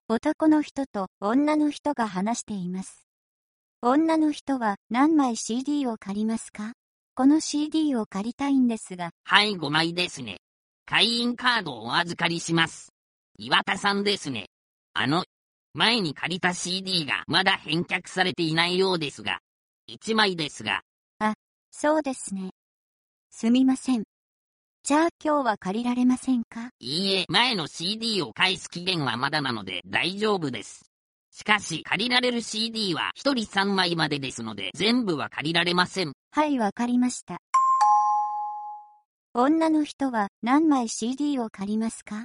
男の人と女の人が話しています。女の人は何枚 CD を借りますか？この CD を借りたいんですが。 はい、5枚ですね。会員カードをお預かりします。岩田さんですね。前に借りた CD がまだ返却されていないようですが、1枚ですが。 あ、そうですね。すみません。じゃあ今日は借りられませんか？ いいえ、前の CD を返す期限はまだなので大丈夫です。しかし借りられる CD は1人3枚までですので全部は借りられません。 はい、わかりました。女の人は何枚 CD を借りますか？